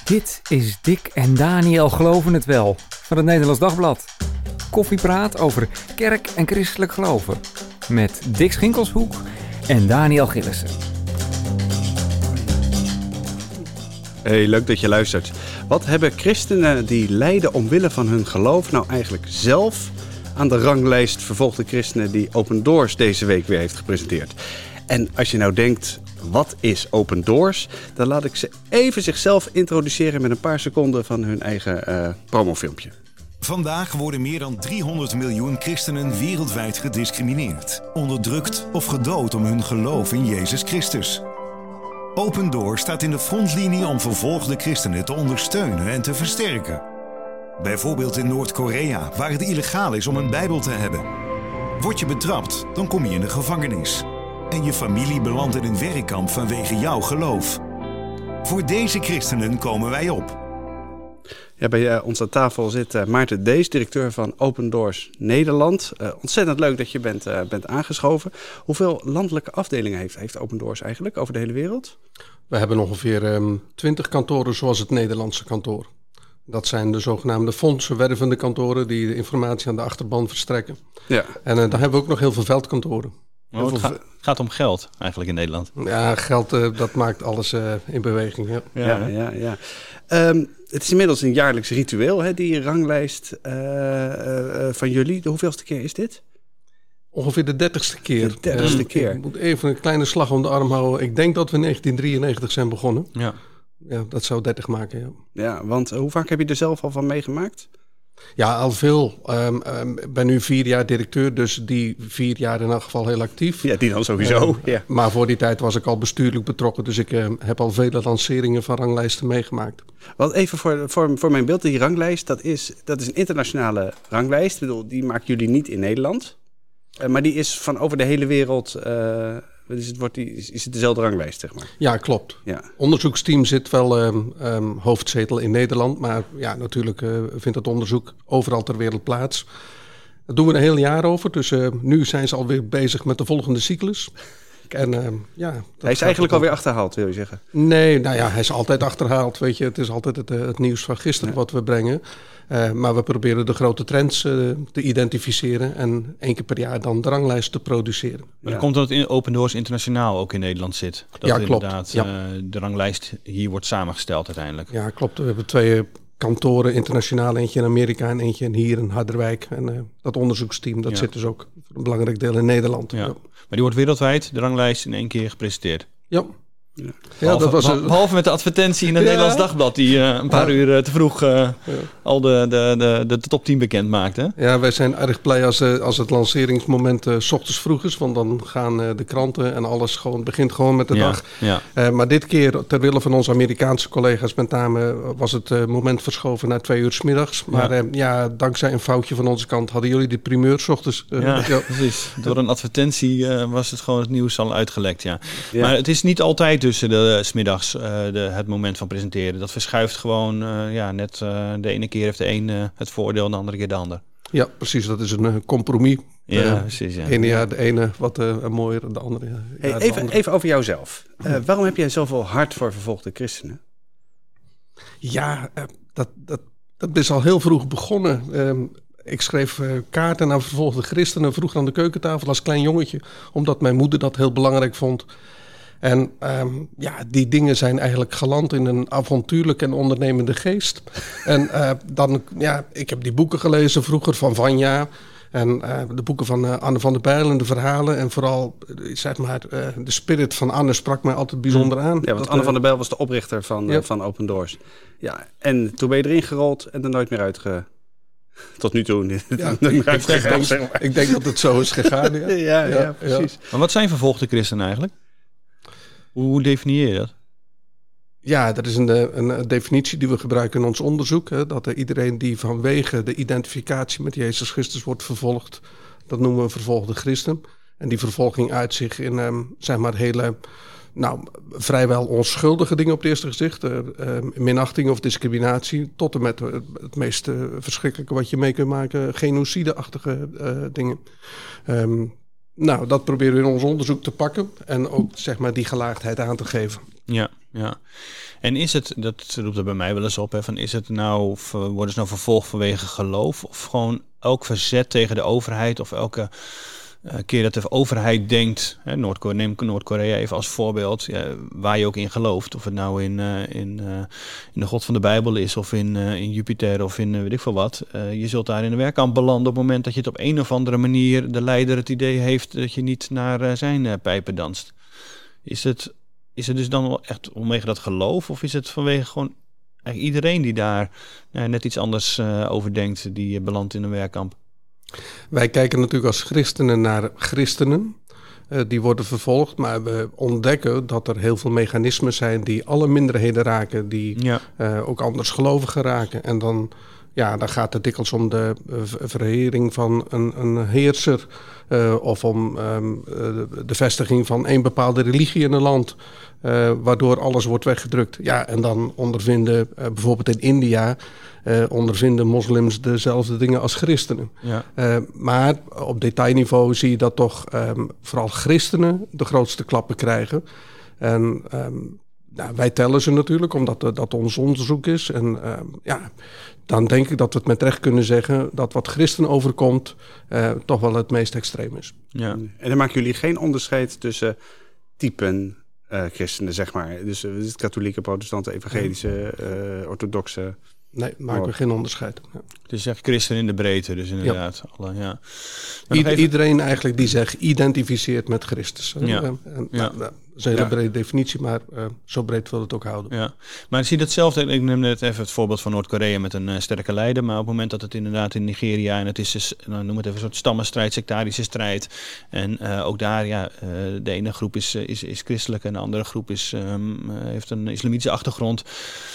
Dit is Dick en Daniel Geloven het Wel van het Nederlands Dagblad. Koffiepraat over kerk en christelijk geloven. Met Dick Schinkelshoek en Daniel Gillissen. Hey, leuk dat je luistert. Wat hebben christenen die lijden omwille van hun geloof nou eigenlijk zelf aan de ranglijst vervolgde christenen die Open Doors deze week weer heeft gepresenteerd? En als je nou denkt, wat is Open Doors? Dan laat ik ze even zichzelf introduceren met een paar seconden van hun eigen promofilmpje. Vandaag worden meer dan 300 miljoen christenen wereldwijd gediscrimineerd, onderdrukt of gedood om hun geloof in Jezus Christus. Open Doors staat in de frontlinie om vervolgde christenen te ondersteunen en te versterken. Bijvoorbeeld in Noord-Korea, waar het illegaal is om een Bijbel te hebben. Word je betrapt, dan kom je in de gevangenis. En je familie belandt in een werkkamp vanwege jouw geloof. Voor deze christenen komen wij op. Ja, bij ons aan tafel zit Maarten Dees, directeur van Open Doors Nederland. Ontzettend leuk dat je bent aangeschoven. Hoeveel landelijke afdelingen heeft Open Doors eigenlijk over de hele wereld? We hebben ongeveer 20 kantoren zoals het Nederlandse kantoor. Dat zijn de zogenaamde fondsenwervende kantoren die de informatie aan de achterban verstrekken. Ja. En dan hebben we ook nog heel veel veldkantoren. Het gaat om geld eigenlijk in Nederland. Ja, geld dat maakt alles in beweging. Ja. Het is inmiddels een jaarlijks ritueel, hè, die ranglijst van jullie. De hoeveelste keer is dit? Ongeveer de 30ste keer. De 30ste keer. Ik moet even een kleine slag om de arm houden. Ik denk dat we in 1993 zijn begonnen. Ja, dat zou 30 maken, ja. Ja, want hoe vaak heb je er zelf al van meegemaakt? Ja, al veel. Ik ben nu 4 jaar directeur, dus die 4 jaar in elk geval heel actief. Ja, die dan sowieso. Ja. Maar voor die tijd was ik al bestuurlijk betrokken, dus ik heb al vele lanceringen van ranglijsten meegemaakt. Want even voor mijn beeld, die ranglijst, dat is een internationale ranglijst. Ik bedoel, die maken jullie niet in Nederland. Maar die is van over de hele wereld. Is het dezelfde ranglijst, zeg maar? Ja, klopt. Ja. Onderzoeksteam zit wel hoofdzetel in Nederland. Maar ja, natuurlijk vindt het onderzoek overal ter wereld plaats. Dat doen we een heel jaar over. Dus nu zijn ze alweer bezig met de volgende cyclus. En, hij is eigenlijk alweer achterhaald, wil je zeggen? Nee, nou ja, hij is altijd achterhaald. Weet je, het is altijd het nieuws van gisteren wat we brengen. Maar we proberen de grote trends te identificeren en 1 keer per jaar dan de ranglijst te produceren. Maar dan komt dat in Open Doors Internationaal ook in Nederland zit. Dat ja, klopt. Inderdaad de ranglijst hier wordt samengesteld uiteindelijk. Ja, klopt. We hebben 2 kantoren internationaal, eentje in Amerika en eentje hier in Harderwijk. En dat onderzoeksteam, dat zit dus ook voor een belangrijk deel in Nederland. Ja. Maar die wordt wereldwijd, de ranglijst, in 1 keer gepresenteerd. Ja. Behalve met de advertentie in het Nederlands Dagblad, die een paar uur te vroeg al de top 10 bekend maakte. Ja, wij zijn erg blij als het lanceringsmoment 's ochtends vroeg is, want dan gaan de kranten en alles begint gewoon met de dag. Ja. Maar dit keer, ter wille van onze Amerikaanse collega's met name, was het moment verschoven naar 2 uur 's middags. Maar dankzij een foutje van onze kant hadden jullie de primeur 's ochtends. Precies. Door een advertentie was het gewoon het nieuws al uitgelekt. Ja. Maar het is niet altijd tussen de 's middags het moment van presenteren. Dat verschuift gewoon net de ene keer heeft de een het voordeel en de andere keer de ander. Ja, precies. Dat is een compromis. Ja, precies. Ja. Ene jaar de ene wat mooier, de andere. Even over jouzelf. Waarom heb jij zoveel hart voor vervolgde christenen? Ja, dat is al heel vroeg begonnen. Ik schreef kaarten aan vervolgde christenen vroeg aan de keukentafel als klein jongetje, omdat mijn moeder dat heel belangrijk vond. En die dingen zijn eigenlijk geland in een avontuurlijke en ondernemende geest. En ik heb die boeken gelezen vroeger van Vanja. En de boeken van Anne van der Bijl en de verhalen. En vooral, de spirit van Anne sprak mij altijd bijzonder aan. Ja, want Anne van der Bijl was de oprichter van Open Doors. Ja, en toen ben je erin gerold en er nooit meer tot nu toe. Ik denk dat het zo is gegaan. Ja, precies. Maar wat zijn vervolgde christenen eigenlijk? Hoe definieer je dat? Ja, dat is een definitie die we gebruiken in ons onderzoek. Hè, dat iedereen die vanwege de identificatie met Jezus Christus wordt vervolgd, dat noemen we een vervolgde christen. En die vervolging uit zich in hele vrijwel onschuldige dingen op het eerste gezicht. Minachting of discriminatie, tot en met het meest verschrikkelijke wat je mee kunt maken, genocide-achtige dingen. Nou, dat proberen we in ons onderzoek te pakken en ook zeg maar die gelaagdheid aan te geven. Ja. En is het, dat roept er bij mij wel eens op, hè, van is het nou, worden ze nou vervolgd vanwege geloof of gewoon elk verzet tegen de overheid of elke keer dat de overheid denkt, hè, neem Noord-Korea even als voorbeeld, waar je ook in gelooft, of het nou in de God van de Bijbel is of in Jupiter of in weet ik veel wat, je zult daar in een werkkamp belanden op het moment dat je het op een of andere manier de leider het idee heeft dat je niet naar zijn pijpen danst. Is het dus dan wel echt vanwege dat geloof? Of is het vanwege gewoon eigenlijk iedereen die daar net iets anders over denkt, die belandt in een werkkamp? Wij kijken natuurlijk als christenen naar christenen. Die worden vervolgd, maar we ontdekken dat er heel veel mechanismen zijn die alle minderheden raken, die ook andersgelovigen raken. En dan gaat het dikwijls om de verering van een heerser of om de vestiging van een bepaalde religie in een land, waardoor alles wordt weggedrukt. Ja, en dan ondervinden bijvoorbeeld in India ondervinden moslims dezelfde dingen als christenen. Ja. Maar op detailniveau zie je dat toch vooral christenen de grootste klappen krijgen. En wij tellen ze natuurlijk, omdat dat ons onderzoek is. En dan denk ik dat we het met recht kunnen zeggen dat wat christen overkomt toch wel het meest extreem is. Ja. En dan maken jullie geen onderscheid tussen typen christenen, zeg maar. Dus katholieke, protestanten, evangelische, orthodoxe. Nee, maken we geen onderscheid. Ja. Het is echt christen in de breedte, dus inderdaad. Ja. Iedereen eigenlijk die zich identificeert met Christus. Dat is een hele brede definitie, maar zo breed wil het ook houden. Ja. Maar zie je datzelfde, ik neem net even het voorbeeld van Noord-Korea met een sterke leider, maar op het moment dat het inderdaad in Nigeria, en het is dus, noem het even een soort stammenstrijd, sectarische strijd, en ook daar, de ene groep is christelijk en de andere groep heeft een islamitische achtergrond.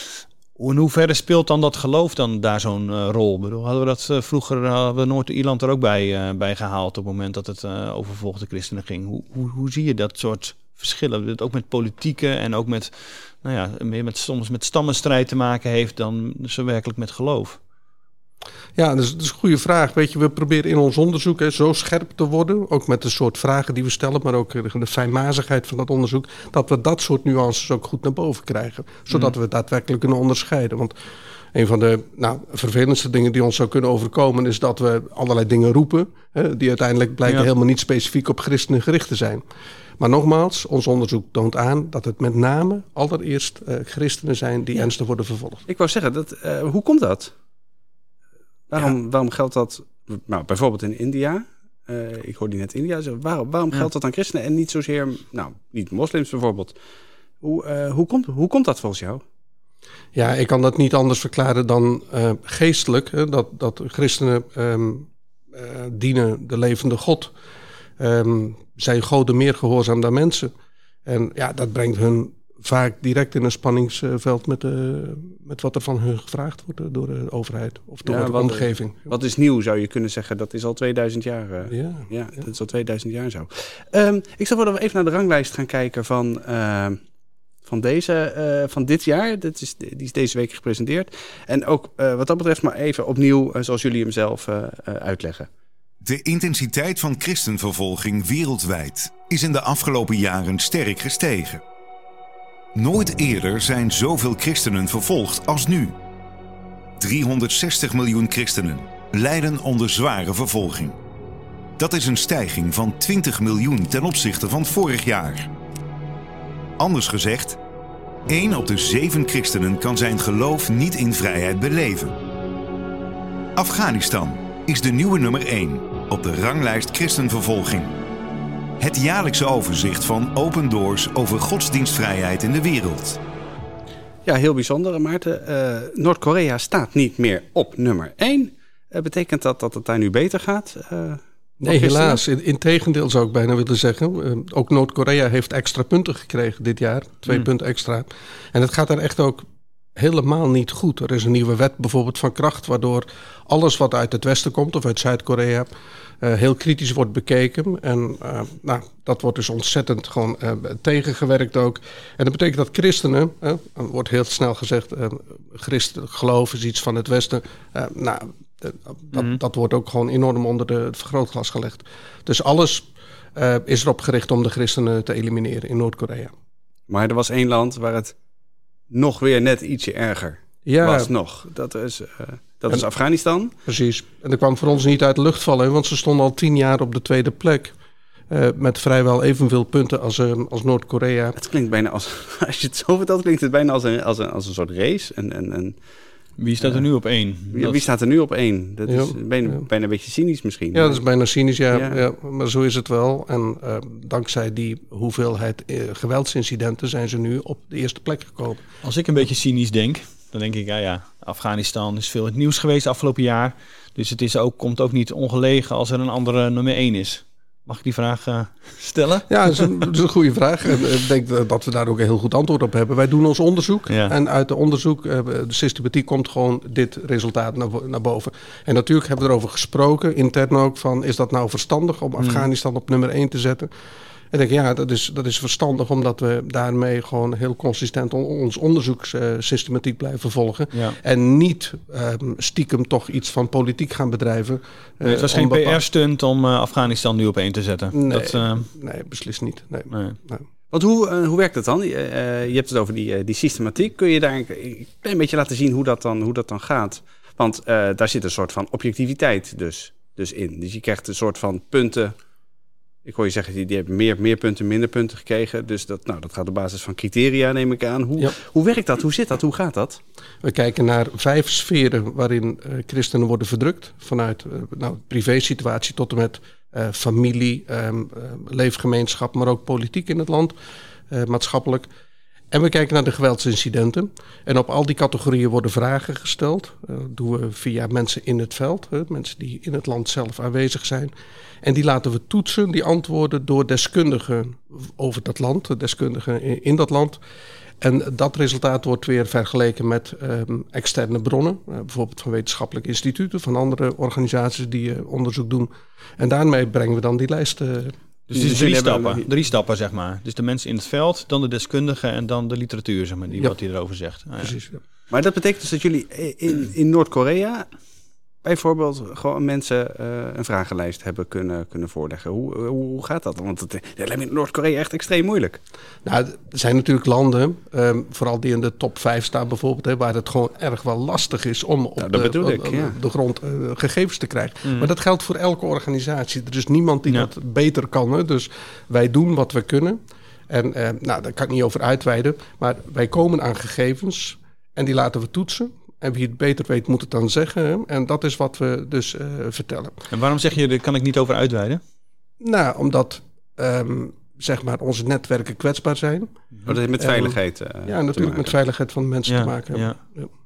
In hoeverre speelt dan dat geloof dan daar zo'n rol? Hadden we dat vroeger, hadden we Noord-Ierland er ook bij gehaald op het moment dat het over vervolgde christenen ging. Hoe zie je dat soort verschillen? Dat het ook met politieke en ook met, meer soms met stammenstrijd te maken heeft dan zo werkelijk met geloof? Ja, dat is een goede vraag. Weet je, we proberen in ons onderzoek zo scherp te worden, ook met de soort vragen die we stellen, maar ook de fijnmazigheid van dat onderzoek, dat we dat soort nuances ook goed naar boven krijgen. Zodat we daadwerkelijk kunnen onderscheiden. Want een van de vervelendste dingen die ons zou kunnen overkomen is dat we allerlei dingen roepen, die uiteindelijk blijken helemaal niet specifiek op christenen gericht te zijn. Maar nogmaals, ons onderzoek toont aan dat het met name allereerst christenen zijn die ernstig worden vervolgd. Ik wou zeggen, hoe komt dat? Waarom geldt dat, bijvoorbeeld in India? Ik hoorde net India zeggen. Waarom geldt dat aan christenen en niet zozeer, niet moslims bijvoorbeeld? Hoe komt dat volgens jou? Ja, ik kan dat niet anders verklaren dan geestelijk. Dat christenen dienen de levende God. Zijn goden meer gehoorzaam dan mensen. En dat brengt hun vaak direct in een spanningsveld met wat er van hun gevraagd wordt door de overheid of door de omgeving. Wat is nieuw, zou je kunnen zeggen. Dat is al 2000 jaar. Dat is al 2000 jaar zo. Ik zou wel even naar de ranglijst gaan kijken van dit jaar. Die is deze week gepresenteerd. En ook wat dat betreft maar even opnieuw, zoals jullie hem zelf uitleggen. De intensiteit van christenvervolging wereldwijd is in de afgelopen jaren sterk gestegen. Nooit eerder zijn zoveel christenen vervolgd als nu. 360 miljoen christenen lijden onder zware vervolging. Dat is een stijging van 20 miljoen ten opzichte van vorig jaar. Anders gezegd, 1 op de 7 christenen kan zijn geloof niet in vrijheid beleven. Afghanistan is de nieuwe nummer 1 op de ranglijst christenvervolging. Het jaarlijkse overzicht van Open Doors over godsdienstvrijheid in de wereld. Ja, heel bijzonder, Maarten. Noord-Korea staat niet meer op nummer 1. Betekent dat het daar nu beter gaat? Nee, helaas. Integendeel zou ik bijna willen zeggen. Ook Noord-Korea heeft extra punten gekregen dit jaar. 2 punten extra. En het gaat daar echt ook helemaal niet goed. Er is een nieuwe wet bijvoorbeeld van kracht, waardoor alles wat uit het westen komt of uit Zuid-Korea heel kritisch wordt bekeken. En dat wordt dus ontzettend gewoon tegengewerkt ook. En dat betekent dat christenen, wordt heel snel gezegd, christelijk geloof is iets van het westen. Dat wordt ook gewoon enorm onder het vergrootglas gelegd. Dus alles is erop gericht om de christenen te elimineren in Noord-Korea. Maar er was 1 land waar het nog weer net ietsje erger was nog. Dat is Afghanistan. Precies. En dat kwam voor ons niet uit de lucht vallen, want ze stonden al 10 jaar op de 2e plek. Met vrijwel evenveel punten als Noord-Korea. Het klinkt bijna als je het zo vertelt, klinkt het bijna als een soort race. Wie staat er nu op 1? Wie staat er nu op 1? Dat is bijna een beetje cynisch misschien. Ja, dat is bijna cynisch, ja. Maar zo is het wel. En dankzij die hoeveelheid geweldsincidenten zijn ze nu op de eerste plek gekomen. Als ik een beetje cynisch denk, dan denk ik, Afghanistan is veel in het nieuws geweest afgelopen jaar. Dus het komt ook niet ongelegen als er een andere nummer 1 is. Mag ik die vraag stellen? Ja, dat is een goede vraag. En ik denk dat we daar ook een heel goed antwoord op hebben. Wij doen ons onderzoek. Ja. En uit het onderzoek, de systematiek, komt gewoon dit resultaat naar boven. En natuurlijk hebben we erover gesproken, intern ook, van is dat nou verstandig om Afghanistan op nummer 1 te zetten? En ik denk, dat is verstandig, omdat we daarmee gewoon heel consistent ons onderzoekssystematiek blijven volgen. Ja. En niet stiekem toch iets van politiek gaan bedrijven. Nee, het was geen PR-stunt om Afghanistan nu op 1 te zetten. Nee, beslist niet. Nee. Want hoe werkt het dan? Je hebt het over die systematiek. Kun je daar een klein beetje laten zien hoe dat dan gaat? Want daar zit een soort van objectiviteit dus in. Dus je krijgt een soort van punten. Ik hoor je zeggen, die hebben meer punten, minder punten gekregen. Dus dat gaat op basis van criteria, neem ik aan. Hoe werkt dat? Hoe zit dat? Hoe gaat dat? We kijken naar 5 sferen waarin christenen worden verdrukt. Vanuit privésituatie tot en met familie, leefgemeenschap, maar ook politiek in het land, maatschappelijk. En we kijken naar de geweldsincidenten. En op al die categorieën worden vragen gesteld. Dat doen we via mensen in het veld. Mensen die in het land zelf aanwezig zijn. En die laten we toetsen, die antwoorden, door deskundigen over dat land. Deskundigen in dat land. En dat resultaat wordt weer vergeleken met externe bronnen. Bijvoorbeeld van wetenschappelijke instituten, van andere organisaties die onderzoek doen. En daarmee brengen we dan die lijst. Dus het is 3 stappen, zeg maar. Dus de mensen in het veld, dan de deskundigen en dan de literatuur, zeg maar, wat die erover zegt. Precies. Ja. Maar dat betekent dus dat jullie in Noord-Korea bijvoorbeeld gewoon mensen een vragenlijst hebben kunnen voorleggen. Hoe gaat dat? Want dat lijkt me in Noord-Korea echt extreem moeilijk. Nou, er zijn natuurlijk landen, vooral die in de top 5 staan bijvoorbeeld, waar het gewoon erg wel lastig is om op de grond gegevens te krijgen. Maar dat geldt voor elke organisatie. Er is niemand die dat beter kan. Hè? Dus wij doen wat we kunnen. En daar kan ik niet over uitweiden. Maar wij komen aan gegevens en die laten we toetsen. En wie het beter weet, moet het dan zeggen. Hè? En dat is wat we dus vertellen. En waarom zeg je, daar kan ik niet over uitweiden? Nou, omdat onze netwerken kwetsbaar zijn. Dat heeft met veiligheid ja, natuurlijk met veiligheid van de mensen te maken hebben.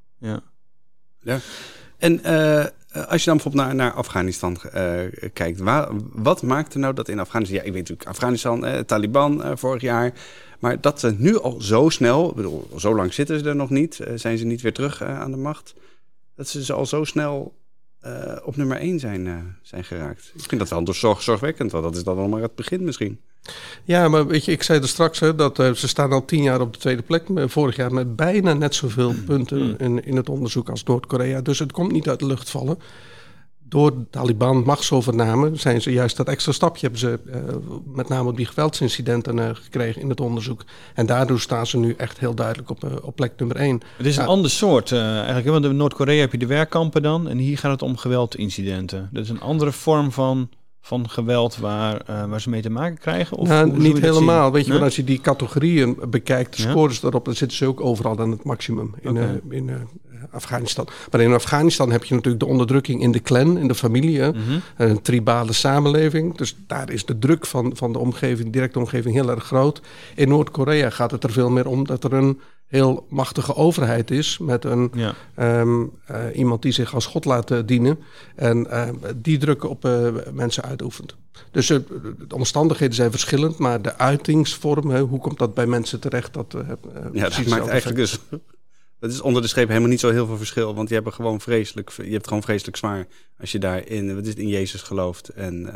Ja. En als je dan bijvoorbeeld naar Afghanistan kijkt. Wat maakt er nou dat in Afghanistan... Ja, ik weet natuurlijk Afghanistan, Taliban vorig jaar... Maar dat ze nu al zo snel, ik bedoel, zo lang zitten ze er nog niet, zijn ze niet weer terug aan de macht, dat ze al zo snel op nummer 1 zijn geraakt. Ik vind dat wel zorgwekkend, want dat is dan nog maar het begin misschien. Ja, maar weet je, ik zei er straks dat ze staan al 10 jaar op de 2e plek, vorig jaar met bijna net zoveel punten in het onderzoek als Noord-Korea. Dus het komt niet uit de lucht vallen. Door de Taliban machtsovername zijn ze juist dat extra stapje hebben ze met name op die geweldsincidenten gekregen in het onderzoek. En daardoor staan ze nu echt heel duidelijk op plek nummer 1. Het is een ander soort eigenlijk, want in Noord-Korea heb je de werkkampen dan en hier gaat het om geweldincidenten. Dat is een andere vorm van geweld waar ze mee te maken krijgen? Of niet helemaal. Zien? Weet je, als je die categorieën bekijkt, de scores daarop, dan zitten ze ook overal aan het maximum in Afghanistan. Maar in Afghanistan heb je natuurlijk de onderdrukking in de clan, in de familie. Een tribale samenleving. Dus daar is de druk van de omgeving, de directe omgeving, heel erg groot. In Noord-Korea gaat het er veel meer om dat er een heel machtige overheid is met iemand die zich als God laat dienen en die druk op mensen uitoefent. Dus de omstandigheden zijn verschillend, maar de uitingsvorm, hoe komt dat bij mensen terecht? Dat maakt eigenlijk dus... Dat is onder de streep helemaal niet zo heel veel verschil, want je hebt gewoon vreselijk zwaar als je daar in Jezus gelooft en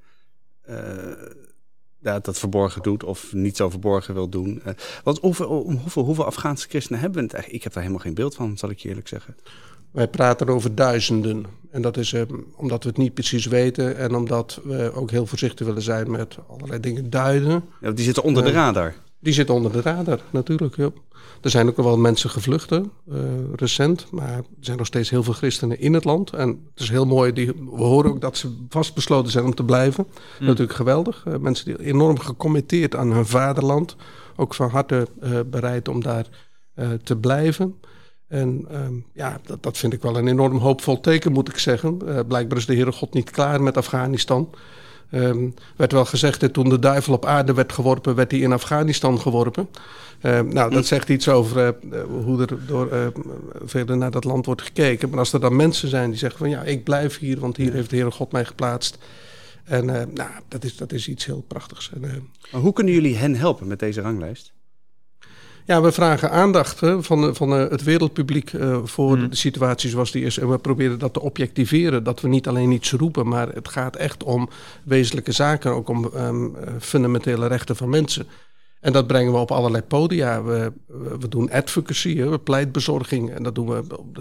dat verborgen doet of niet zo verborgen wil doen. Want hoeveel Afghaanse christenen hebben we het eigenlijk? Ik heb daar helemaal geen beeld van, zal ik je eerlijk zeggen. Wij praten over duizenden. En dat is omdat we het niet precies weten en omdat we ook heel voorzichtig willen zijn met allerlei dingen duiden. Ja, die zitten onder de radar. Die zitten onder de radar, natuurlijk. Ja. Er zijn ook nog wel mensen gevlucht, recent. Maar er zijn nog steeds heel veel christenen in het land. En het is heel mooi, we horen ook dat ze vastbesloten zijn om te blijven. Natuurlijk geweldig. Mensen die enorm gecommitteerd aan hun vaderland. Ook van harte bereid om daar te blijven. En dat vind ik wel een enorm hoopvol teken, moet ik zeggen. Blijkbaar is de Heere God niet klaar met Afghanistan. Werd wel gezegd dat toen de duivel op aarde werd geworpen, werd hij in Afghanistan geworpen. Dat zegt iets over hoe er door velen naar dat land wordt gekeken. Maar als er dan mensen zijn die zeggen van ja, ik blijf hier, want hier heeft de Heere God mij geplaatst. En dat is iets heel prachtigs. Maar hoe kunnen jullie hen helpen met deze ranglijst? Ja, we vragen aandacht van het wereldpubliek voor de situatie zoals die is. En we proberen dat te objectiveren. Dat we niet alleen iets roepen, maar het gaat echt om wezenlijke zaken. Ook om fundamentele rechten van mensen. En dat brengen we op allerlei podia. We doen advocacy, pleitbezorging. En dat doen we op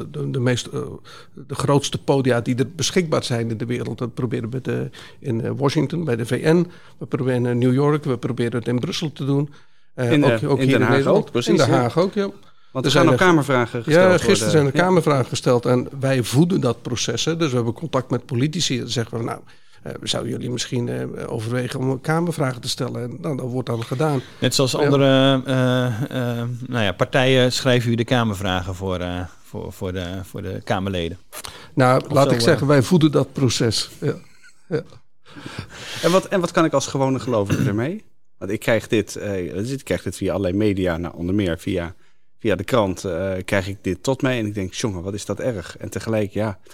de grootste podia die er beschikbaar zijn in de wereld. Dat proberen we in Washington, bij de VN. We proberen in New York, we proberen het in Brussel te doen. Ook hier in Den Haag ook, precies. In Den Haag ook, ja. Want er zijn nog kamervragen gesteld. Ja, gisteren zijn er kamervragen gesteld en wij voeden dat proces. Hè. Dus we hebben contact met politici. Dan zeggen we, zouden jullie misschien overwegen om kamervragen te stellen? En dat wordt dan gedaan. Net zoals andere partijen schrijven jullie de kamervragen voor de Kamerleden. Nou, laat ik zeggen, wij voeden dat proces. Ja. Ja. En wat kan ik als gewone gelovige ermee? Want ik krijg dit via allerlei media, onder meer via de krant, krijg ik dit tot mij. En ik denk, jongen, wat is dat erg? En tegelijk,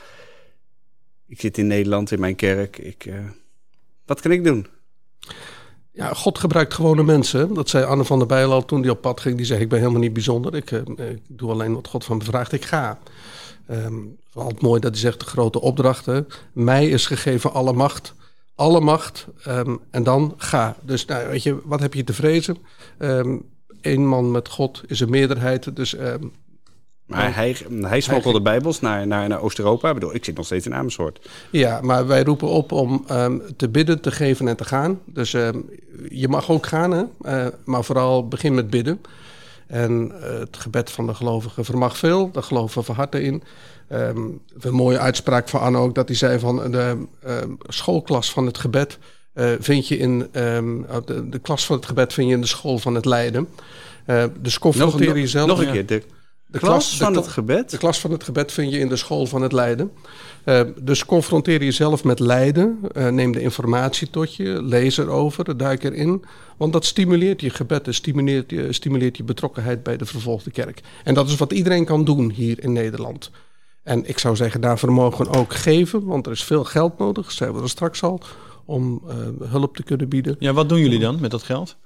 ik zit in Nederland, in mijn kerk. Wat kan ik doen? Ja, God gebruikt gewone mensen. Dat zei Anne van der Bijl al toen die op pad ging. Die zei, ik ben helemaal niet bijzonder. Ik doe alleen wat God van me vraagt. Ik ga. Altijd mooi dat hij zegt, de grote opdrachten. Mij is gegeven alle macht. Alle macht en dan ga. Dus weet je, wat heb je te vrezen? Eén man met God is een meerderheid. Dus, maar hij smokkelde Bijbels naar Oost-Europa. Ik bedoel, ik zit nog steeds in Amersfoort. Ja, maar wij roepen op om te bidden, te geven en te gaan. Dus je mag ook gaan, hè? Maar vooral begin met bidden. En het gebed van de gelovigen vermag veel. Daar geloven we van harte in. Een mooie uitspraak van Anne ook, dat hij zei van de schoolklas van het gebed vind je in de klas van het gebed vind je in de school van het lijden. Dus confronteer jezelf. Nog een keer, de klas van het gebed? De klas van het gebed vind je in de school van het lijden. Dus confronteer jezelf met lijden. Neem de informatie tot je. Lees erover. Duik erin. Want dat stimuleert je gebed. Dat stimuleert je betrokkenheid bij de vervolgde kerk. En dat is wat iedereen kan doen hier in Nederland. En ik zou zeggen, daarvoor mogen we ook geven. Want er is veel geld nodig, dat zeiden we er straks al, om hulp te kunnen bieden. Ja, wat doen jullie dan met dat geld?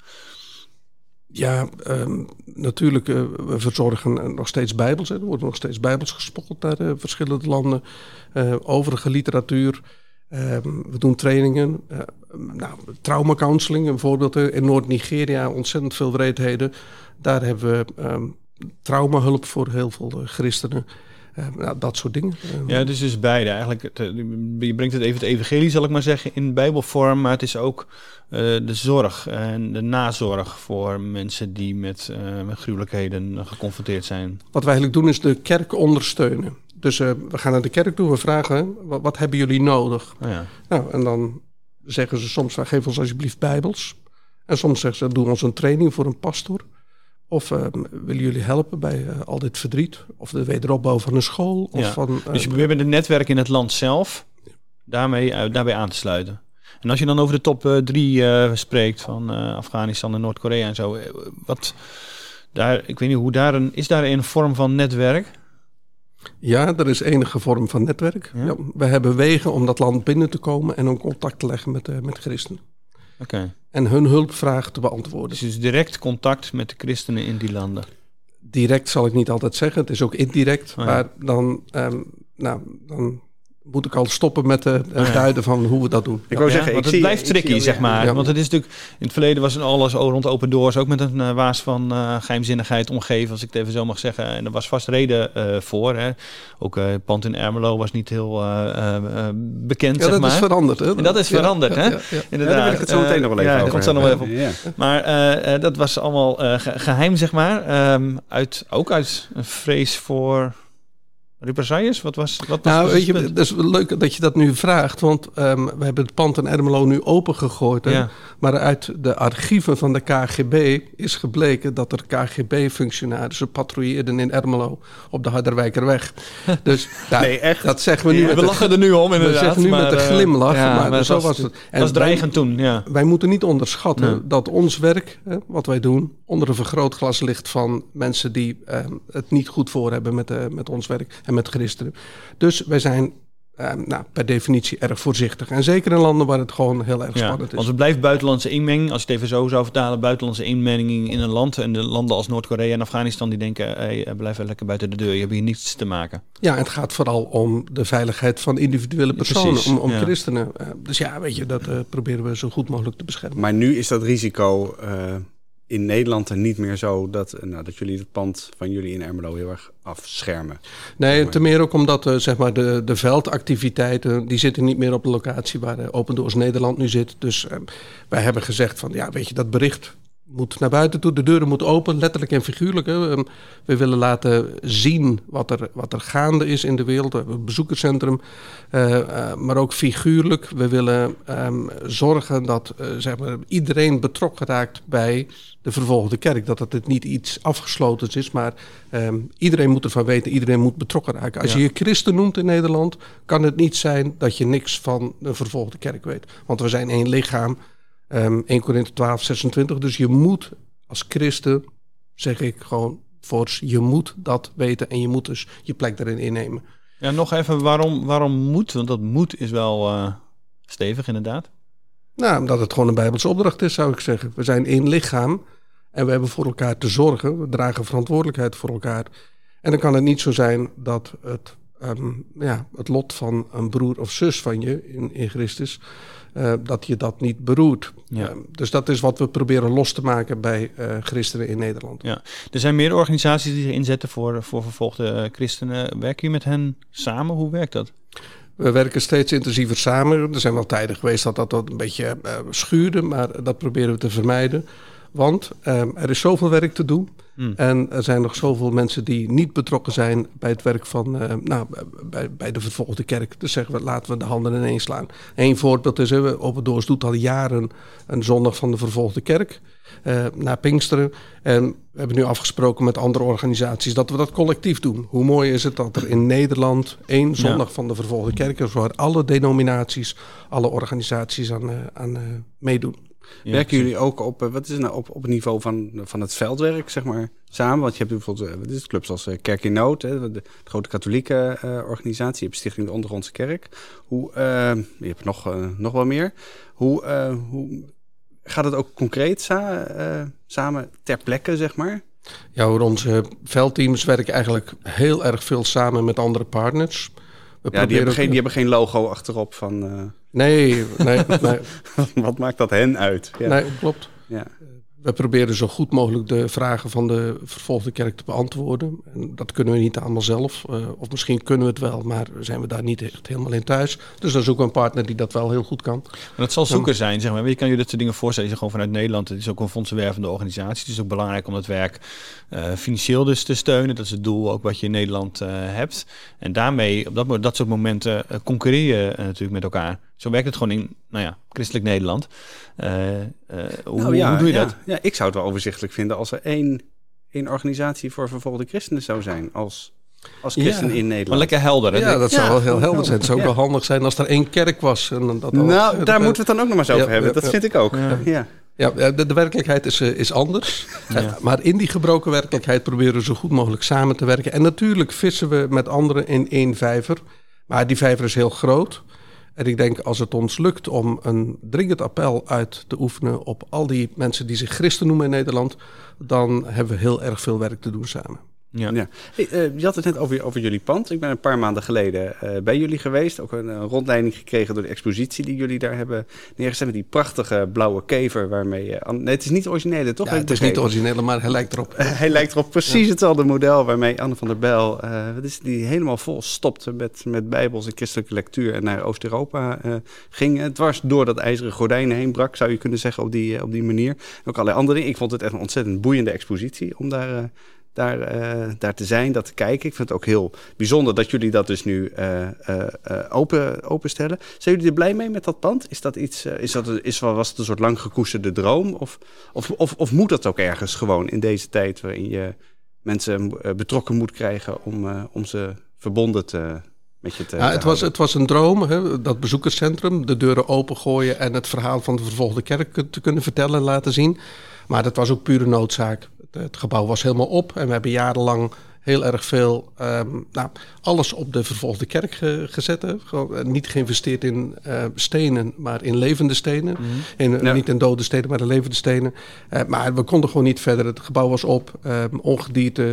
Ja, natuurlijk, we verzorgen nog steeds Bijbels. Er worden nog steeds Bijbels gespokkeld naar verschillende landen. Overige literatuur. We doen trainingen. Traumacounseling, bijvoorbeeld in Noord-Nigeria, ontzettend veel wreedheden. Daar hebben we traumahulp voor heel veel christenen. Dat soort dingen. Ja, dus beide eigenlijk. Je brengt het evangelie, zal ik maar zeggen, in bijbelvorm. Maar het is ook de zorg en de nazorg voor mensen die met gruwelijkheden geconfronteerd zijn. Wat wij eigenlijk doen is de kerk ondersteunen. Dus we gaan naar de kerk toe, we vragen, wat hebben jullie nodig? Oh ja. Nou, en dan zeggen ze soms, geef ons alsjeblieft Bijbels. En soms zeggen ze, doe ons een training voor een pastor. Of willen jullie helpen bij al dit verdriet? Of de wederopbouw van een school? Of dus je probeert met het netwerk in het land zelf daarbij aan te sluiten. En als je dan over de top 3 spreekt van Afghanistan en Noord-Korea en zo. Ik weet niet, is daar een vorm van netwerk? Ja, er is enige vorm van netwerk. Ja? Ja, we hebben wegen om dat land binnen te komen en om contact te leggen met christenen. Okay. En hun hulpvraag te beantwoorden. Dus direct contact met de christenen in die landen? Direct zal ik niet altijd zeggen. Het is ook indirect. Oh ja. Maar dan moet ik al stoppen met het duiden van hoe we dat doen. Ik wou zeggen, want het blijft tricky, zeg maar. Ja. Want het is natuurlijk, in het verleden was alles rond Open Doors ook met een waas van geheimzinnigheid omgeven, als ik het even zo mag zeggen. En er was vast reden voor. Hè. Ook het pand in Ermelo was niet heel bekend, zeg maar. Dat is veranderd. Hè? En dat is veranderd, hè? Ja, daar wil ik het zo meteen nog wel even over dat komt zo nog wel even op. Ja. Maar dat was allemaal geheim, zeg maar. Ook uit een vrees voor represailles? Wat was weet je, het is leuk dat je dat nu vraagt. Want we hebben het pand in Ermelo nu opengegooid. Hè? Ja. Maar uit de archieven van de KGB is gebleken dat er KGB-functionarissen patrouilleerden in Ermelo op de Harderwijkerweg. Dus nee, echt? dat zeggen we nu. We lachen er nu om, inderdaad. We zeggen nu met een glimlach. Maar zo was het. En was dreigend toen, ja. Wij moeten niet onderschatten dat ons werk, wat wij doen, onder een vergrootglas ligt van mensen die het niet goed voor hebben met ons werk en met christenen. Dus wij zijn per definitie erg voorzichtig. En zeker in landen waar het gewoon heel erg spannend is. Want het blijft buitenlandse inmenging. Als je het even zo zou vertalen, buitenlandse inmenging in een land. En de landen als Noord-Korea en Afghanistan die denken, blijf lekker buiten de deur. Je hebt hier niets te maken. Ja, het gaat vooral om de veiligheid van individuele personen, om christenen. Dus ja, weet je, dat proberen we zo goed mogelijk te beschermen. Maar nu is dat risico in Nederland er niet meer zo dat jullie het pand van jullie in Ermelo heel erg afschermen. Nee, te meer ook omdat zeg maar de veldactiviteiten, die zitten niet meer op de locatie waar Open Doors Nederland nu zit. Dus wij hebben gezegd van, ja, weet je, dat bericht moet naar buiten toe. De deuren moeten open, letterlijk en figuurlijk. Hè. We willen laten zien wat er gaande is in de wereld. We hebben een bezoekerscentrum, maar ook figuurlijk. We willen zorgen dat zeg maar, iedereen betrokken raakt bij de vervolgde kerk. Dat het niet iets afgeslotens is, maar iedereen moet ervan weten. Iedereen moet betrokken raken. Als je je christen noemt in Nederland, kan het niet zijn dat je niks van de vervolgde kerk weet. Want we zijn één lichaam. 1 Korinthe 12, 26. Dus je moet als christen, zeg ik gewoon fors, je moet dat weten en je moet dus je plek daarin innemen. Ja, nog even, waarom moet? Want dat moet is wel stevig inderdaad. Nou, omdat het gewoon een Bijbelse opdracht is, zou ik zeggen. We zijn één lichaam en we hebben voor elkaar te zorgen. We dragen verantwoordelijkheid voor elkaar. En dan kan het niet zo zijn dat het lot van een broer of zus van je in Christus, dat je dat niet beroert. Ja. Dus dat is wat we proberen los te maken bij christenen in Nederland. Ja. Er zijn meer organisaties die zich inzetten voor vervolgde christenen. Werken jullie met hen samen? Hoe werkt dat? We werken steeds intensiever samen. Er zijn wel tijden geweest dat een beetje schuurde, maar dat proberen we te vermijden. Want er is zoveel werk te doen. En er zijn nog zoveel mensen die niet betrokken zijn bij het werk van bij de vervolgde kerk. Dus zeggen we, laten we de handen ineens slaan. Eén voorbeeld is, Open Doors doet al jaren een zondag van de vervolgde kerk. Na Pinksteren. En we hebben nu afgesproken met andere organisaties dat we dat collectief doen. Hoe mooi is het dat er in Nederland 1 zondag van de vervolgde kerk is, waar alle denominaties, alle organisaties aan meedoen. Ja, werken jullie ook op, wat is het nou, op het niveau van het veldwerk, zeg maar, samen? Want je hebt bijvoorbeeld clubs als Kerk in Nood, de grote katholieke organisatie. Je hebt Stichting de Ondergrondse Kerk. Je hebt nog wel meer. Hoe gaat het ook concreet samen ter plekke, zeg maar? Ja, onze veldteams werken eigenlijk heel erg veel samen met andere partners. Die hebben geen logo achterop van... Nee. Wat maakt dat hen uit? Ja. Nee, klopt. Ja. We proberen zo goed mogelijk de vragen van de vervolgde kerk te beantwoorden. En dat kunnen we niet allemaal zelf. Of misschien kunnen we het wel, maar zijn we daar niet echt helemaal in thuis. Dus dan zoeken we een partner die dat wel heel goed kan. Maar dat zal zoeker zijn, zeg maar. Je kan je dat soort dingen voorstellen. Je gewoon vanuit Nederland. Het is ook een fondsenwervende organisatie. Het is ook belangrijk om het werk financieel dus te steunen. Dat is het doel ook wat je in Nederland hebt. En daarmee, op dat soort momenten, concurreer je natuurlijk met elkaar. Zo werkt het gewoon in, christelijk Nederland. Hoe doe je dat? Ja, ik zou het wel overzichtelijk vinden als er één organisatie voor vervolgde christenen zou zijn als christen in Nederland. Maar lekker helder. Hè? Ja, dat zou wel heel helder zijn. Het zou ook wel handig zijn als er 1 kerk was. En daar moeten we het dan ook nog maar eens over hebben. Dat vind ik ook. Ja, de werkelijkheid is anders. Ja. Maar in die gebroken werkelijkheid proberen we zo goed mogelijk samen te werken. En natuurlijk vissen we met anderen in 1 vijver. Maar die vijver is heel groot. En ik denk, als het ons lukt om een dringend appel uit te oefenen op al die mensen die zich christen noemen in Nederland, dan hebben we heel erg veel werk te doen samen. Ja. Ja. Hey, je had het net over jullie pand. Ik ben een paar maanden geleden bij jullie geweest. Ook een rondleiding gekregen door de expositie die jullie daar hebben neergezet. Met die prachtige blauwe kever waarmee... nee, het is niet originele, toch? Ja, het is niet de originele, maar hij lijkt erop. Hij lijkt erop precies hetzelfde model waarmee Anne van der Bijl... die helemaal vol stopte met bijbels en christelijke lectuur... en naar Oost-Europa ging. Dwars door dat ijzeren gordijn heen brak, zou je kunnen zeggen, op die manier. En ook allerlei andere dingen. Ik vond het echt een ontzettend boeiende expositie om daar te zijn, dat te kijken. Ik vind het ook heel bijzonder dat jullie dat dus nu openstellen. Zijn jullie er blij mee met dat pand? Is dat iets? Was het een soort lang gekoesterde droom? Of moet dat ook ergens gewoon in deze tijd waarin je mensen betrokken moet krijgen om ze verbonden met je te het was een droom, hè, dat bezoekerscentrum, de deuren opengooien en het verhaal van de vervolgde kerk te kunnen vertellen en laten zien. Maar dat was ook pure noodzaak. Het gebouw was helemaal op en we hebben jarenlang heel erg veel, alles op de vervolgde kerk gezet. Gewoon, niet geïnvesteerd in stenen, maar in levende stenen. Niet in dode stenen, maar in levende stenen. Maar we konden gewoon niet verder. Het gebouw was op, ongedierte,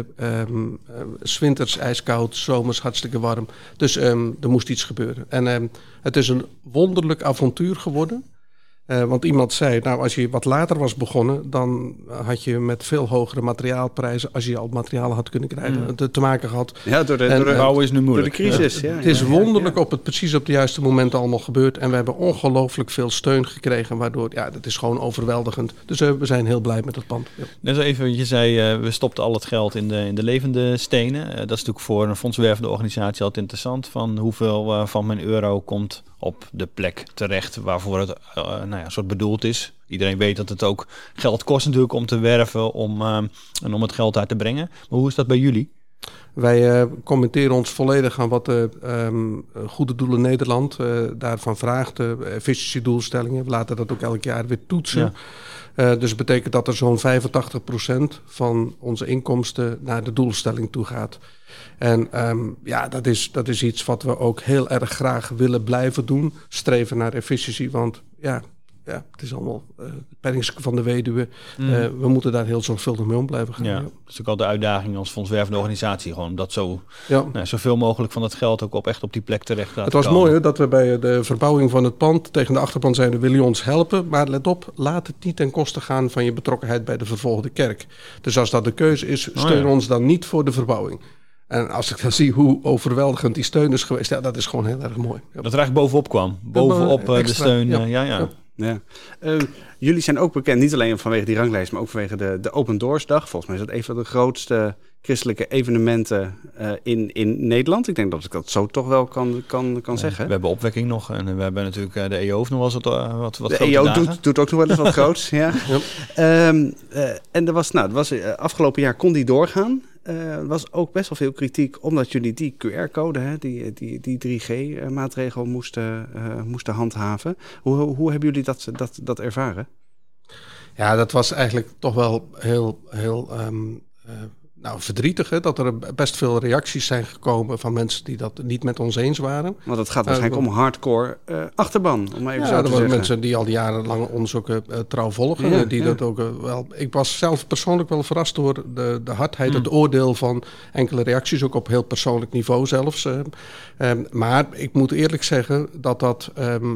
's winters ijskoud, 's zomers hartstikke warm. Dus er moest iets gebeuren. En het is een wonderlijk avontuur geworden. Want iemand zei, als je wat later was begonnen... dan had je met veel hogere materiaalprijzen... als je al materialen had kunnen krijgen, te maken gehad. Ja, door de bouw is nu moeilijk. Door de crisis. Ja. Het is wonderlijk precies op de juiste momenten allemaal gebeurd. En we hebben ongelooflijk veel steun gekregen... waardoor, dat is gewoon overweldigend. Dus we zijn heel blij met het pand. Ja. Net even, je zei, we stopten al het geld in de levende stenen. Dat is natuurlijk voor een fondswervende organisatie altijd interessant. Van hoeveel van mijn euro komt op de plek terecht waarvoor het soort bedoeld is. Iedereen weet dat het ook geld kost natuurlijk om te werven en om het geld daar te brengen. Maar hoe is dat bij jullie? Wij commenteren ons volledig aan wat de Goede Doelen Nederland daarvan vraagt. De efficiëntiedoelstellingen. We laten dat ook elk jaar weer toetsen. Ja. Dus dat betekent dat er zo'n 85% van onze inkomsten naar de doelstelling toe gaat. En dat is iets wat we ook heel erg graag willen blijven doen. Streven naar efficiëntie, want het is allemaal penningske van de weduwe. We moeten daar heel zorgvuldig mee om blijven gaan. Ja, dat is ook al de uitdaging als fondswervende organisatie. Gewoon om dat zoveel mogelijk van het geld ook echt op die plek terecht laten komen. Het was mooi dat we bij de verbouwing van het pand tegen de achterban zeiden, wil je ons helpen? Maar let op, laat het niet ten koste gaan van je betrokkenheid bij de vervolgde kerk. Dus als dat de keuze is, steun ons dan niet voor de verbouwing. En als ik dan zie hoe overweldigend die steun is geweest, dat is gewoon heel erg mooi. Dat er eigenlijk bovenop kwam. Bovenop de steun. Ja. Jullie zijn ook bekend, niet alleen vanwege die ranglijst, maar ook vanwege de Open Doors Dag. Volgens mij is dat een van de grootste christelijke evenementen in Nederland. Ik denk dat ik dat zo toch wel kan zeggen. We hebben opwekking nog en we hebben natuurlijk de EO nog wel eens wat de EO doet ook nog wel eens wat groots. Ja. En er was afgelopen jaar kon die doorgaan. Er was ook best wel veel kritiek omdat jullie die QR-code, die 3G-maatregel moesten handhaven. Hoe hebben jullie dat ervaren? Ja, dat was eigenlijk toch wel heel verdrietig. Hè? Dat er best veel reacties zijn gekomen van mensen die dat niet met ons eens waren. Want het gaat waarschijnlijk om hardcore achterban, om even zo te zeggen. Er waren mensen die al jarenlang ons ook trouw volgen. Dat ook wel. Ik was zelf persoonlijk wel verrast door de hardheid, het oordeel van enkele reacties, ook op heel persoonlijk niveau zelfs. Maar ik moet eerlijk zeggen dat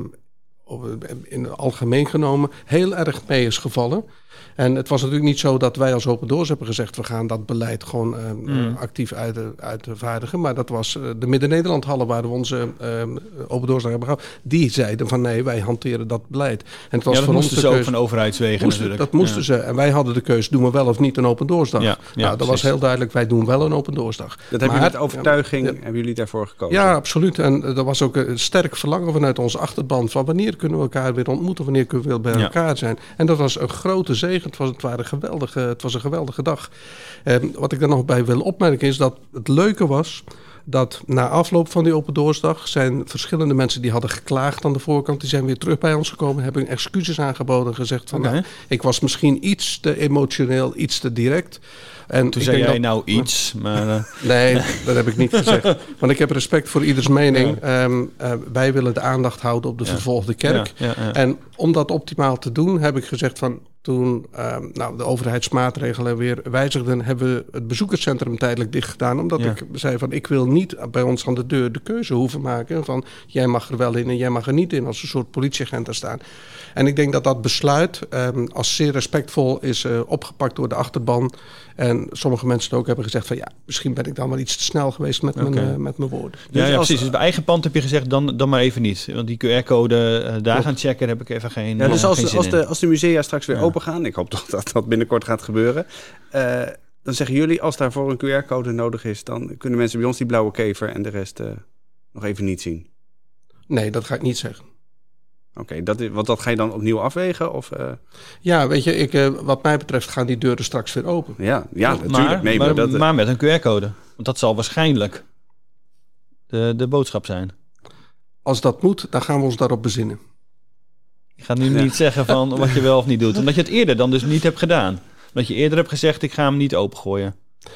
in het algemeen genomen heel erg mee is gevallen. En het was natuurlijk niet zo dat wij als Open Doors hebben gezegd, we gaan dat beleid gewoon actief uitvaardigen. Maar dat was de Midden-Nederland-hallen waar we onze Open Doors hebben gehad. Die zeiden van nee, wij hanteren dat beleid. En het was dat voor moesten ons ze ook van overheidswegen natuurlijk. Dat moesten ze. En wij hadden de keus, doen we wel of niet een Open Doors Dag? Dat was heel duidelijk, wij doen wel een Open Doors Dag. Dat hebben jullie met overtuiging, hebben jullie daarvoor gekozen? Ja, absoluut. En er was ook een sterk verlangen vanuit onze achterban van wanneer kunnen we elkaar weer ontmoeten, wanneer kunnen we weer bij elkaar zijn. En dat was een grote zegen. Het was een geweldige dag. Wat ik daar nog bij wil opmerken is dat het leuke was dat na afloop van die Open Doors Dag zijn verschillende mensen die hadden geklaagd aan de voorkant, die zijn weer terug bij ons gekomen, hebben excuses aangeboden en gezegd van ik was misschien iets te emotioneel, iets te direct. En toen zei jij nou iets, maar... Nee, dat heb ik niet gezegd. Want ik heb respect voor ieders mening. Wij willen de aandacht houden op de vervolgde kerk. Ja. En om dat optimaal te doen, heb ik gezegd van... Toen de overheidsmaatregelen weer wijzigden... hebben we het bezoekerscentrum tijdelijk dicht gedaan. Omdat ik zei van, ik wil niet bij ons aan de deur de keuze hoeven maken... van jij mag er wel in en jij mag er niet in... als een soort politieagent daar staan. En ik denk dat dat besluit als zeer respectvol is opgepakt door de achterban. En sommige mensen ook hebben gezegd van... ja, misschien ben ik dan wel iets te snel geweest met mijn woorden. Ja, precies. Dus bij eigen pand heb je gezegd, dan maar even niet. Want die QR-code daar gaan checken, heb ik even geen dus als de musea straks weer open gaan... ik hoop toch dat dat binnenkort gaat gebeuren... dan zeggen jullie, als daarvoor een QR-code nodig is... dan kunnen mensen bij ons die blauwe kever en de rest nog even niet zien. Nee, dat ga ik niet zeggen. Oké, want dat ga je dan opnieuw afwegen? Of, Ja, weet je, wat mij betreft gaan die deuren straks weer open. Ja natuurlijk. Maar met een QR-code. Want dat zal waarschijnlijk de boodschap zijn. Als dat moet, dan gaan we ons daarop bezinnen. Je gaat nu niet zeggen van wat je wel of niet doet. Omdat je het eerder dan dus niet hebt gedaan. Omdat je eerder hebt gezegd, ik ga hem niet opengooien.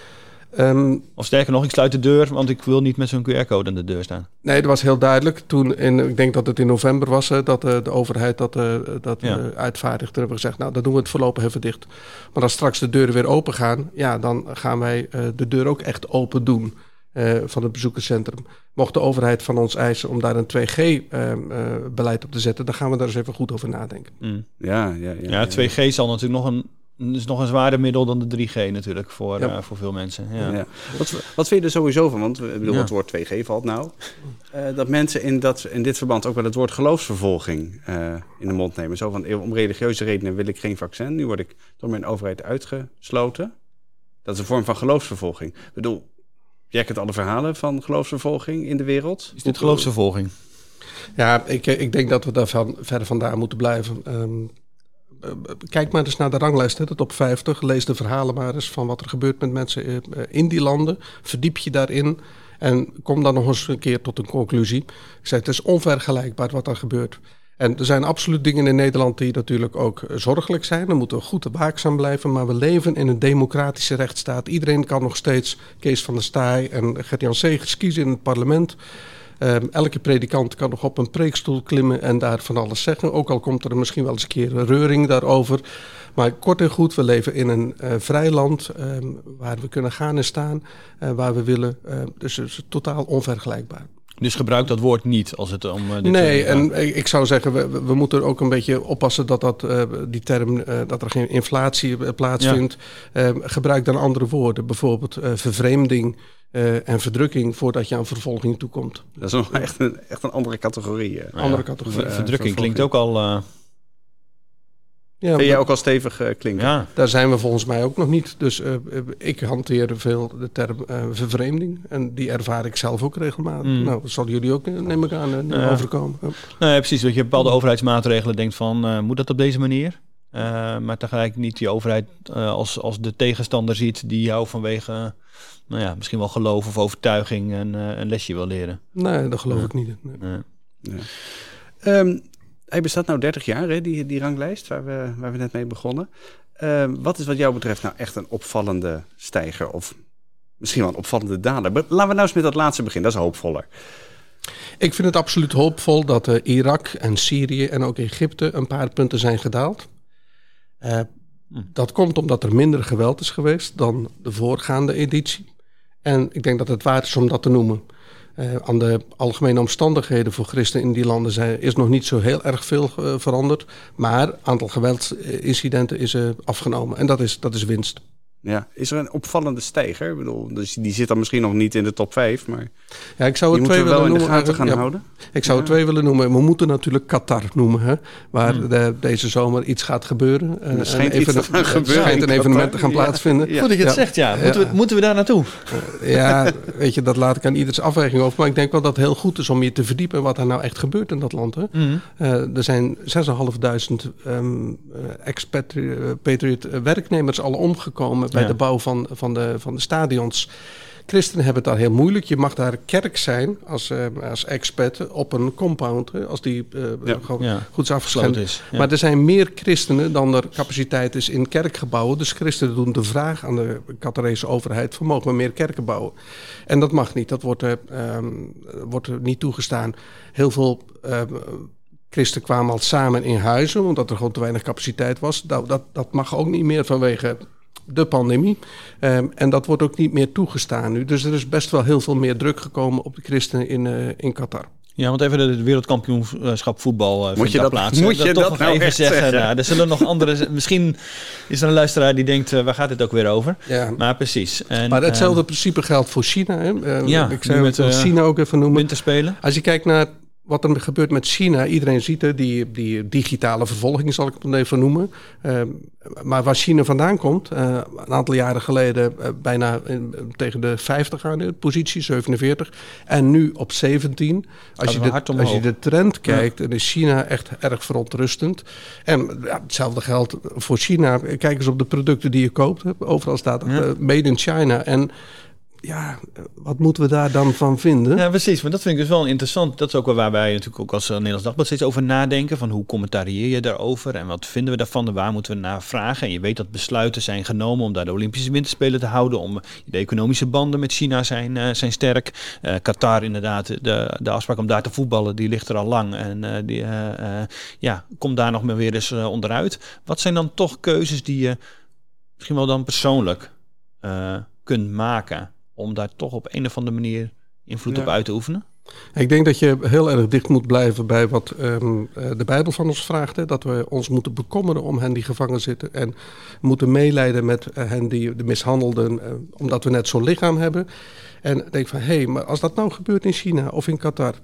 Of sterker nog, ik sluit de deur, want ik wil niet met zo'n QR-code aan de deur staan. Nee, dat was heel duidelijk. Toen, ik denk dat het in november was, dat de overheid dat uitvaardigde. Toen hebben we gezegd, nou, dan doen we het voorlopig even dicht. Maar als straks de deuren weer open gaan, ja, dan gaan wij de deur ook echt open doen van het bezoekerscentrum. Mocht de overheid van ons eisen om daar een 2G-beleid op te zetten, dan gaan we daar eens even goed over nadenken. Mm. Ja, 2G zal natuurlijk nog een zwaarder middel dan de 3G natuurlijk voor veel mensen. Ja. Wat vind je er sowieso van? Want het woord 2G valt nou. Dat mensen in dit verband ook wel het woord geloofsvervolging in de mond nemen. Zo van, om religieuze redenen wil ik geen vaccin. Nu word ik door mijn overheid uitgesloten. Dat is een vorm van geloofsvervolging. Ik bedoel, jij kent alle verhalen van geloofsvervolging in de wereld. Is dit geloofsvervolging? Ja, ik denk dat we daar verder vandaan moeten blijven. Kijk maar eens naar de ranglijst, de top 50. Lees de verhalen maar eens van wat er gebeurt met mensen in die landen. Verdiep je daarin en kom dan nog eens een keer tot een conclusie. Ik zeg, het is onvergelijkbaar wat er gebeurt. En er zijn absoluut dingen in Nederland die natuurlijk ook zorgelijk zijn. Dan moeten we goed waakzaam blijven. Maar we leven in een democratische rechtsstaat. Iedereen kan nog steeds Kees van der Staaij en Gert-Jan Segers kiezen in het parlement. Elke predikant kan nog op een preekstoel klimmen en daar van alles zeggen. Ook al komt er misschien wel eens een keer een reuring daarover. Maar kort en goed, we leven in een vrij land waar we kunnen gaan en staan. Waar we willen. Dus het is totaal onvergelijkbaar. Dus gebruik dat woord niet als het om... Ik zou zeggen, we moeten er ook een beetje oppassen die term, dat er geen inflatie plaatsvindt. Ja. Gebruik dan andere woorden, bijvoorbeeld vervreemding en verdrukking voordat je aan vervolging toekomt. Dat is nog echt een andere categorie. Verdrukking klinkt ook al... Vind jij ook al stevig klinken? Ja. Daar zijn we volgens mij ook nog niet. Dus ik hanteer veel de term vervreemding. En die ervaar ik zelf ook regelmatig. Nou, dat zal jullie ook, neem ik aan, overkomen. Nee, precies. Dat je bepaalde overheidsmaatregelen denkt van... moet dat op deze manier? Maar tegelijk niet die overheid als de tegenstander ziet... die jou vanwege misschien wel geloof of overtuiging een lesje wil leren. Nee, dat geloof ik niet. Nee. Hij bestaat nou 30 jaar, hè, die ranglijst waar we net mee begonnen. Wat is wat jou betreft nou echt een opvallende stijger of misschien wel een opvallende daler? Laten we nou eens met dat laatste beginnen, dat is hoopvoller. Ik vind het absoluut hoopvol dat Irak en Syrië en ook Egypte een paar punten zijn gedaald. Dat komt omdat er minder geweld is geweest dan de voorgaande editie. En ik denk dat het waard is om dat te noemen. Aan de algemene omstandigheden voor christenen in die landen is nog niet zo heel erg veel veranderd. Maar het aantal geweldsincidenten is afgenomen. En dat is winst. Ja, is er een opvallende stijger? Ik bedoel, dus die zit dan misschien nog niet in de top 5, maar ja, ik zou het twee willen noemen. In de gaten gaan houden. Ik zou het twee willen noemen. We moeten natuurlijk Qatar noemen, hè, waar deze zomer iets gaat gebeuren. Er schijnt een evenement te gaan plaatsvinden. Voordat je het zegt, moeten we daar naartoe? Weet je, dat laat ik aan ieders afweging over. Maar ik denk wel dat het heel goed is om je te verdiepen in wat er nou echt gebeurt in dat land. Hè. Er zijn 6.500 expatriate werknemers al omgekomen bij de bouw van de stadions. Christenen hebben het daar heel moeilijk. Je mag daar kerk zijn als expat op een compound, als die goed is afgesloten. Ja. Maar er zijn meer christenen dan er capaciteit is in kerkgebouwen. Dus christenen doen de vraag aan de Qatarese overheid: mogen we meer kerken bouwen? En dat mag niet. Dat wordt niet toegestaan. Heel veel christenen kwamen al samen in huizen, omdat er gewoon te weinig capaciteit was. Dat mag ook niet meer vanwege de pandemie. En dat wordt ook niet meer toegestaan nu. Dus er is best wel heel veel meer druk gekomen op de christenen in Qatar. Ja, want even het wereldkampioenschap voetbal moet je dat plaatsen. Moet je dat toch nou even echt zeggen? Nou, er zullen nog andere... Misschien is er een luisteraar die denkt, waar gaat dit ook weer over? Ja. Maar precies. En, maar hetzelfde principe geldt voor China. Hè? Ik zou met China ook even noemen. Winterspelen. Als je kijkt naar wat er gebeurt met China, iedereen ziet het, die digitale vervolging zal ik het even noemen. Maar waar China vandaan komt, een aantal jaren geleden bijna tegen de 50 aan de positie, 47. En nu op 17. Als je de trend kijkt, dan is China echt erg verontrustend. En hetzelfde geldt voor China. Kijk eens op de producten die je koopt. Overal staat Made in China. En ja, wat moeten we daar dan van vinden? Ja, precies. Maar dat vind ik dus wel interessant. Dat is ook wel waar wij natuurlijk ook als Nederlands Dagblad steeds over nadenken. Van hoe commentarieer je daarover en wat vinden we daarvan en waar moeten we naar vragen? En je weet dat besluiten zijn genomen om daar de Olympische Winterspelen te houden. Om de economische banden met China zijn sterk. Qatar inderdaad, de afspraak om daar te voetballen, die ligt er al lang. En komt daar nog maar weer eens onderuit. Wat zijn dan toch keuzes die je misschien wel dan persoonlijk kunt maken om daar toch op een of andere manier invloed op uit te oefenen? Ik denk dat je heel erg dicht moet blijven bij wat de Bijbel van ons vraagt. Hè? Dat we ons moeten bekommeren om hen die gevangen zitten. En moeten meelijden met hen die de mishandelden, omdat we net zo'n lichaam hebben. En denk van, maar als dat nou gebeurt in China of in Qatar,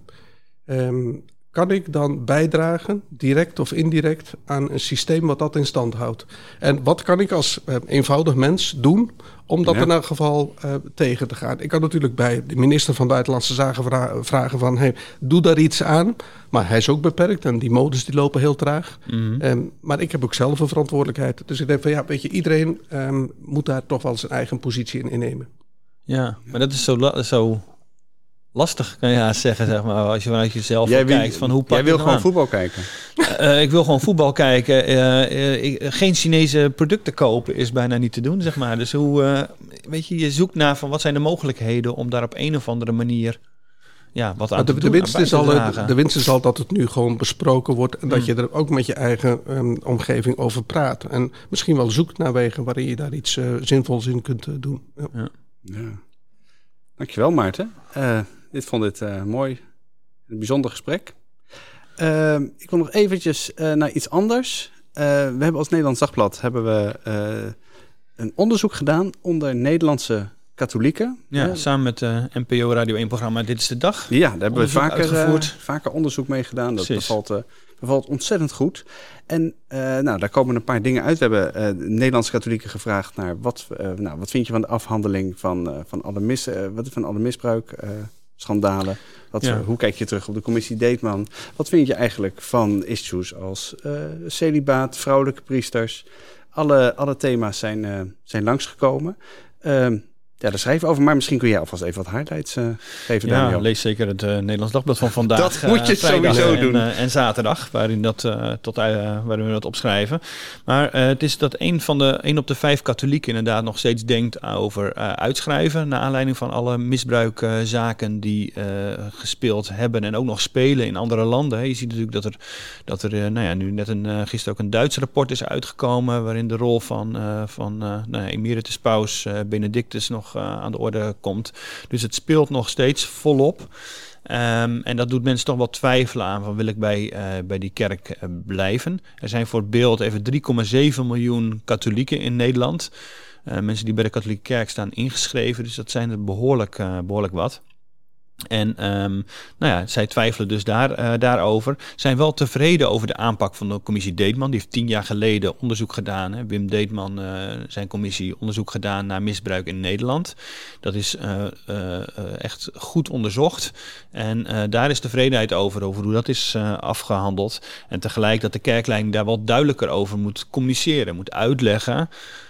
kan ik dan bijdragen, direct of indirect, aan een systeem wat dat in stand houdt? En wat kan ik als eenvoudig mens doen om dat in elk geval tegen te gaan? Ik kan natuurlijk bij de minister van Buitenlandse Zaken vragen van, doe daar iets aan. Maar hij is ook beperkt en die modes die lopen heel traag. Mm-hmm. Maar ik heb ook zelf een verantwoordelijkheid. Dus ik denk van, iedereen moet daar toch wel zijn eigen positie in innemen. Ja, maar dat is zo lastig, kan je zeggen, zeg maar, als je vanuit jezelf kijkt. Van hoe pak jij wil gewoon voetbal kijken? Ik wil gewoon voetbal kijken. Geen Chinese producten kopen is bijna niet te doen, zeg maar. Dus je zoekt naar van wat zijn de mogelijkheden om daar op een of andere manier wat aan te doen. De winst is al dat het nu gewoon besproken wordt en dat je er ook met je eigen omgeving over praat. En misschien wel zoekt naar wegen waarin je daar iets zinvols in kunt doen. Ja. Dankjewel, Maarten. Ik vond dit mooi. Een bijzonder gesprek. Ik wil nog eventjes naar iets anders. We hebben als Nederlands Dagblad een onderzoek gedaan onder Nederlandse katholieken. Ja, samen met NPO Radio 1-programma Dit is de Dag. Ja, daar hebben we vaker onderzoek mee gedaan. Dat bevalt ontzettend goed. En daar komen een paar dingen uit. We hebben Nederlandse katholieken gevraagd naar wat vind je van de afhandeling van alle misbruik, schandalen. Hoe kijk je terug op de commissie Deetman? Wat vind je eigenlijk van issues als celibaat, vrouwelijke priesters? Alle thema's zijn langsgekomen. Daar schrijven we over, maar misschien kun jij alvast even wat highlights geven. Ja, Daniel. Lees zeker het Nederlands Dagblad van vandaag. Dat moet je sowieso doen. En zaterdag, waarin we dat opschrijven. Maar het is dat 1 op de 5 katholieken inderdaad nog steeds denkt over uitschrijven. Naar aanleiding van alle misbruikzaken die gespeeld hebben en ook nog spelen in andere landen. Je ziet natuurlijk dat er nu net gisteren ook een Duits rapport is uitgekomen, waarin de rol van emeritus paus Benedictus nog aan de orde komt. Dus het speelt nog steeds volop. En dat doet mensen toch wel twijfelen aan van wil ik bij die kerk blijven. Er zijn voor het beeld even 3,7 miljoen katholieken in Nederland. Mensen die bij de katholieke kerk staan ingeschreven. Dus dat zijn er behoorlijk wat. En zij twijfelen dus daarover. Zijn wel tevreden over de aanpak van de commissie Deetman. Die heeft 10 jaar geleden onderzoek gedaan. Hè. Wim Deetman, zijn commissie, onderzoek gedaan naar misbruik in Nederland. Dat is echt goed onderzocht. En daar is tevredenheid over hoe dat is afgehandeld. En tegelijk dat de kerkleiding daar wel duidelijker over moet communiceren. Moet uitleggen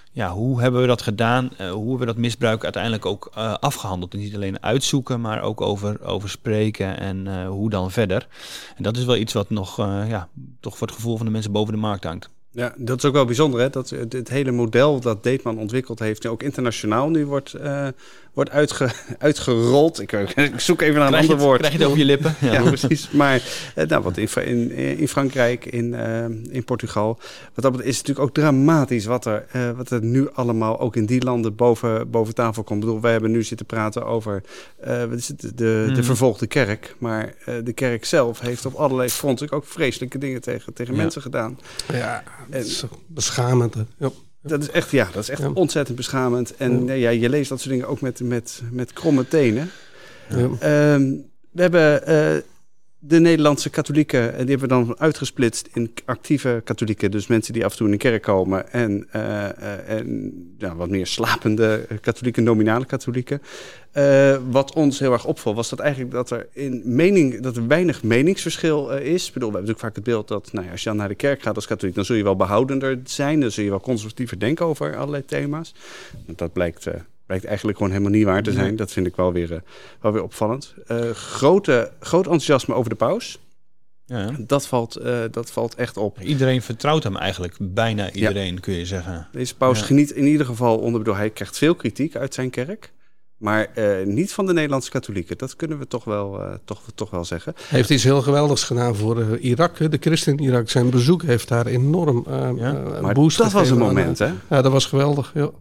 hoe hebben we dat gedaan? Hoe hebben we dat misbruik uiteindelijk ook afgehandeld? En niet alleen uitzoeken, maar ook over spreken en hoe dan verder. En dat is wel iets wat nog toch voor het gevoel van de mensen boven de markt hangt. Ja, dat is ook wel bijzonder, hè? Dat het hele model dat Deetman ontwikkeld heeft, ook internationaal nu wordt uitgerold. Ik zoek even naar een ander woord. Krijg je het over je lippen? Ja, precies. Maar wat in Frankrijk, in Portugal. Wat dat is natuurlijk ook dramatisch wat er nu allemaal ook in die landen boven tafel komt. Ik bedoel, wij hebben nu zitten praten over de vervolgde kerk. Maar de kerk zelf heeft op allerlei fronten ook vreselijke dingen tegen mensen gedaan. Ja, dat is beschamend. Ja. Dat is echt ontzettend beschamend. En je leest dat soort dingen ook met kromme tenen. Ja. We hebben de Nederlandse katholieken, die hebben we dan uitgesplitst in actieve katholieken. Dus mensen die af en toe in de kerk komen. En wat meer slapende katholieken, nominale katholieken. Wat ons heel erg opvalt, was dat eigenlijk dat er weinig meningsverschil is. Ik bedoel, we hebben natuurlijk vaak het beeld dat als je dan naar de kerk gaat als katholiek, dan zul je wel behoudender zijn. Dan zul je wel conservatiever denken over allerlei thema's. Dat blijkt eigenlijk gewoon helemaal niet waar te zijn. Dat vind ik wel weer opvallend. Groot enthousiasme over de paus. Ja. Dat valt echt op. Iedereen vertrouwt hem eigenlijk. Bijna iedereen, kun je zeggen. Deze paus geniet in ieder geval hij krijgt veel kritiek uit zijn kerk. Maar niet van de Nederlandse katholieken. Dat kunnen we toch wel zeggen. Hij heeft iets heel geweldigs gedaan voor Irak. De christen in Irak. Zijn bezoek heeft daar enorm maar boost dat was een moment, hè? Ja, dat was geweldig, ja.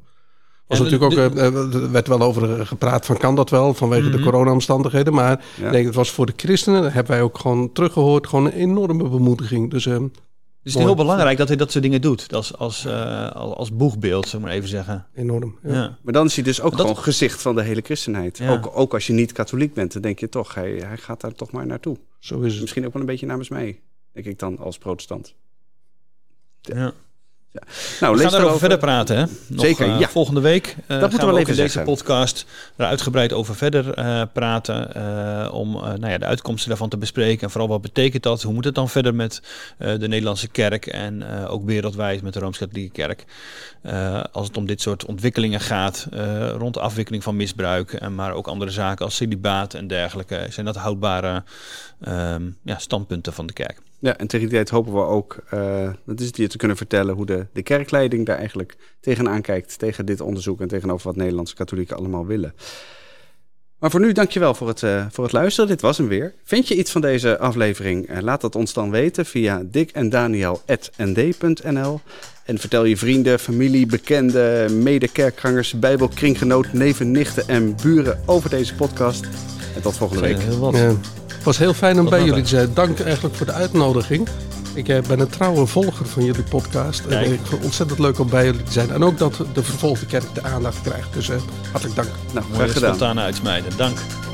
Er werd wel over gepraat van kan dat wel vanwege de corona-omstandigheden. Maar ik denk het was voor de christenen, dat hebben wij ook gewoon teruggehoord, gewoon een enorme bemoediging. Dus het is heel belangrijk dat hij dat soort dingen doet. Als boegbeeld, zeg maar even zeggen. Enorm, ja. Maar dan is hij dus ook gewoon gezicht van de hele christenheid. Ja. Ook als je niet katholiek bent, dan denk je toch, hij gaat daar toch maar naartoe. Zo is het. Misschien ook wel een beetje namens mij, denk ik dan als protestant. Ja. Nou, we gaan daarover verder praten, hè? Zeker, Volgende week dat gaan we we wel ook in deze zeggen. podcast er uitgebreid over verder praten. Om de uitkomsten daarvan te bespreken. En vooral wat betekent dat? Hoe moet het dan verder met de Nederlandse kerk? En ook wereldwijd met de Rooms-Katholieke kerk. Als het om dit soort ontwikkelingen gaat. Rond de afwikkeling van misbruik. Maar ook andere zaken als celibaat en dergelijke. Zijn dat houdbare standpunten van de kerk? Ja, en tegen die tijd hopen we ook je te kunnen vertellen hoe de kerkleiding daar eigenlijk tegenaan kijkt. Tegen dit onderzoek en tegenover wat Nederlandse katholieken allemaal willen. Maar voor nu dankjewel voor het luisteren. Dit was hem weer. Vind je iets van deze aflevering? Laat dat ons dan weten via dikendaniel@nd.nl. En vertel je vrienden, familie, bekenden, mede-kerkgangers, bijbelkringgenoot, neven, nichten en buren over deze podcast. En tot volgende week. Het was heel fijn om bij jullie te zijn. Dank eigenlijk voor de uitnodiging. Ik ben een trouwe volger van jullie podcast. En ik vond het ontzettend leuk om bij jullie te zijn. En ook dat de vervolgde kerk de aandacht krijgt. Dus hartelijk dank. Mooie spontane uitsmijden. Dank.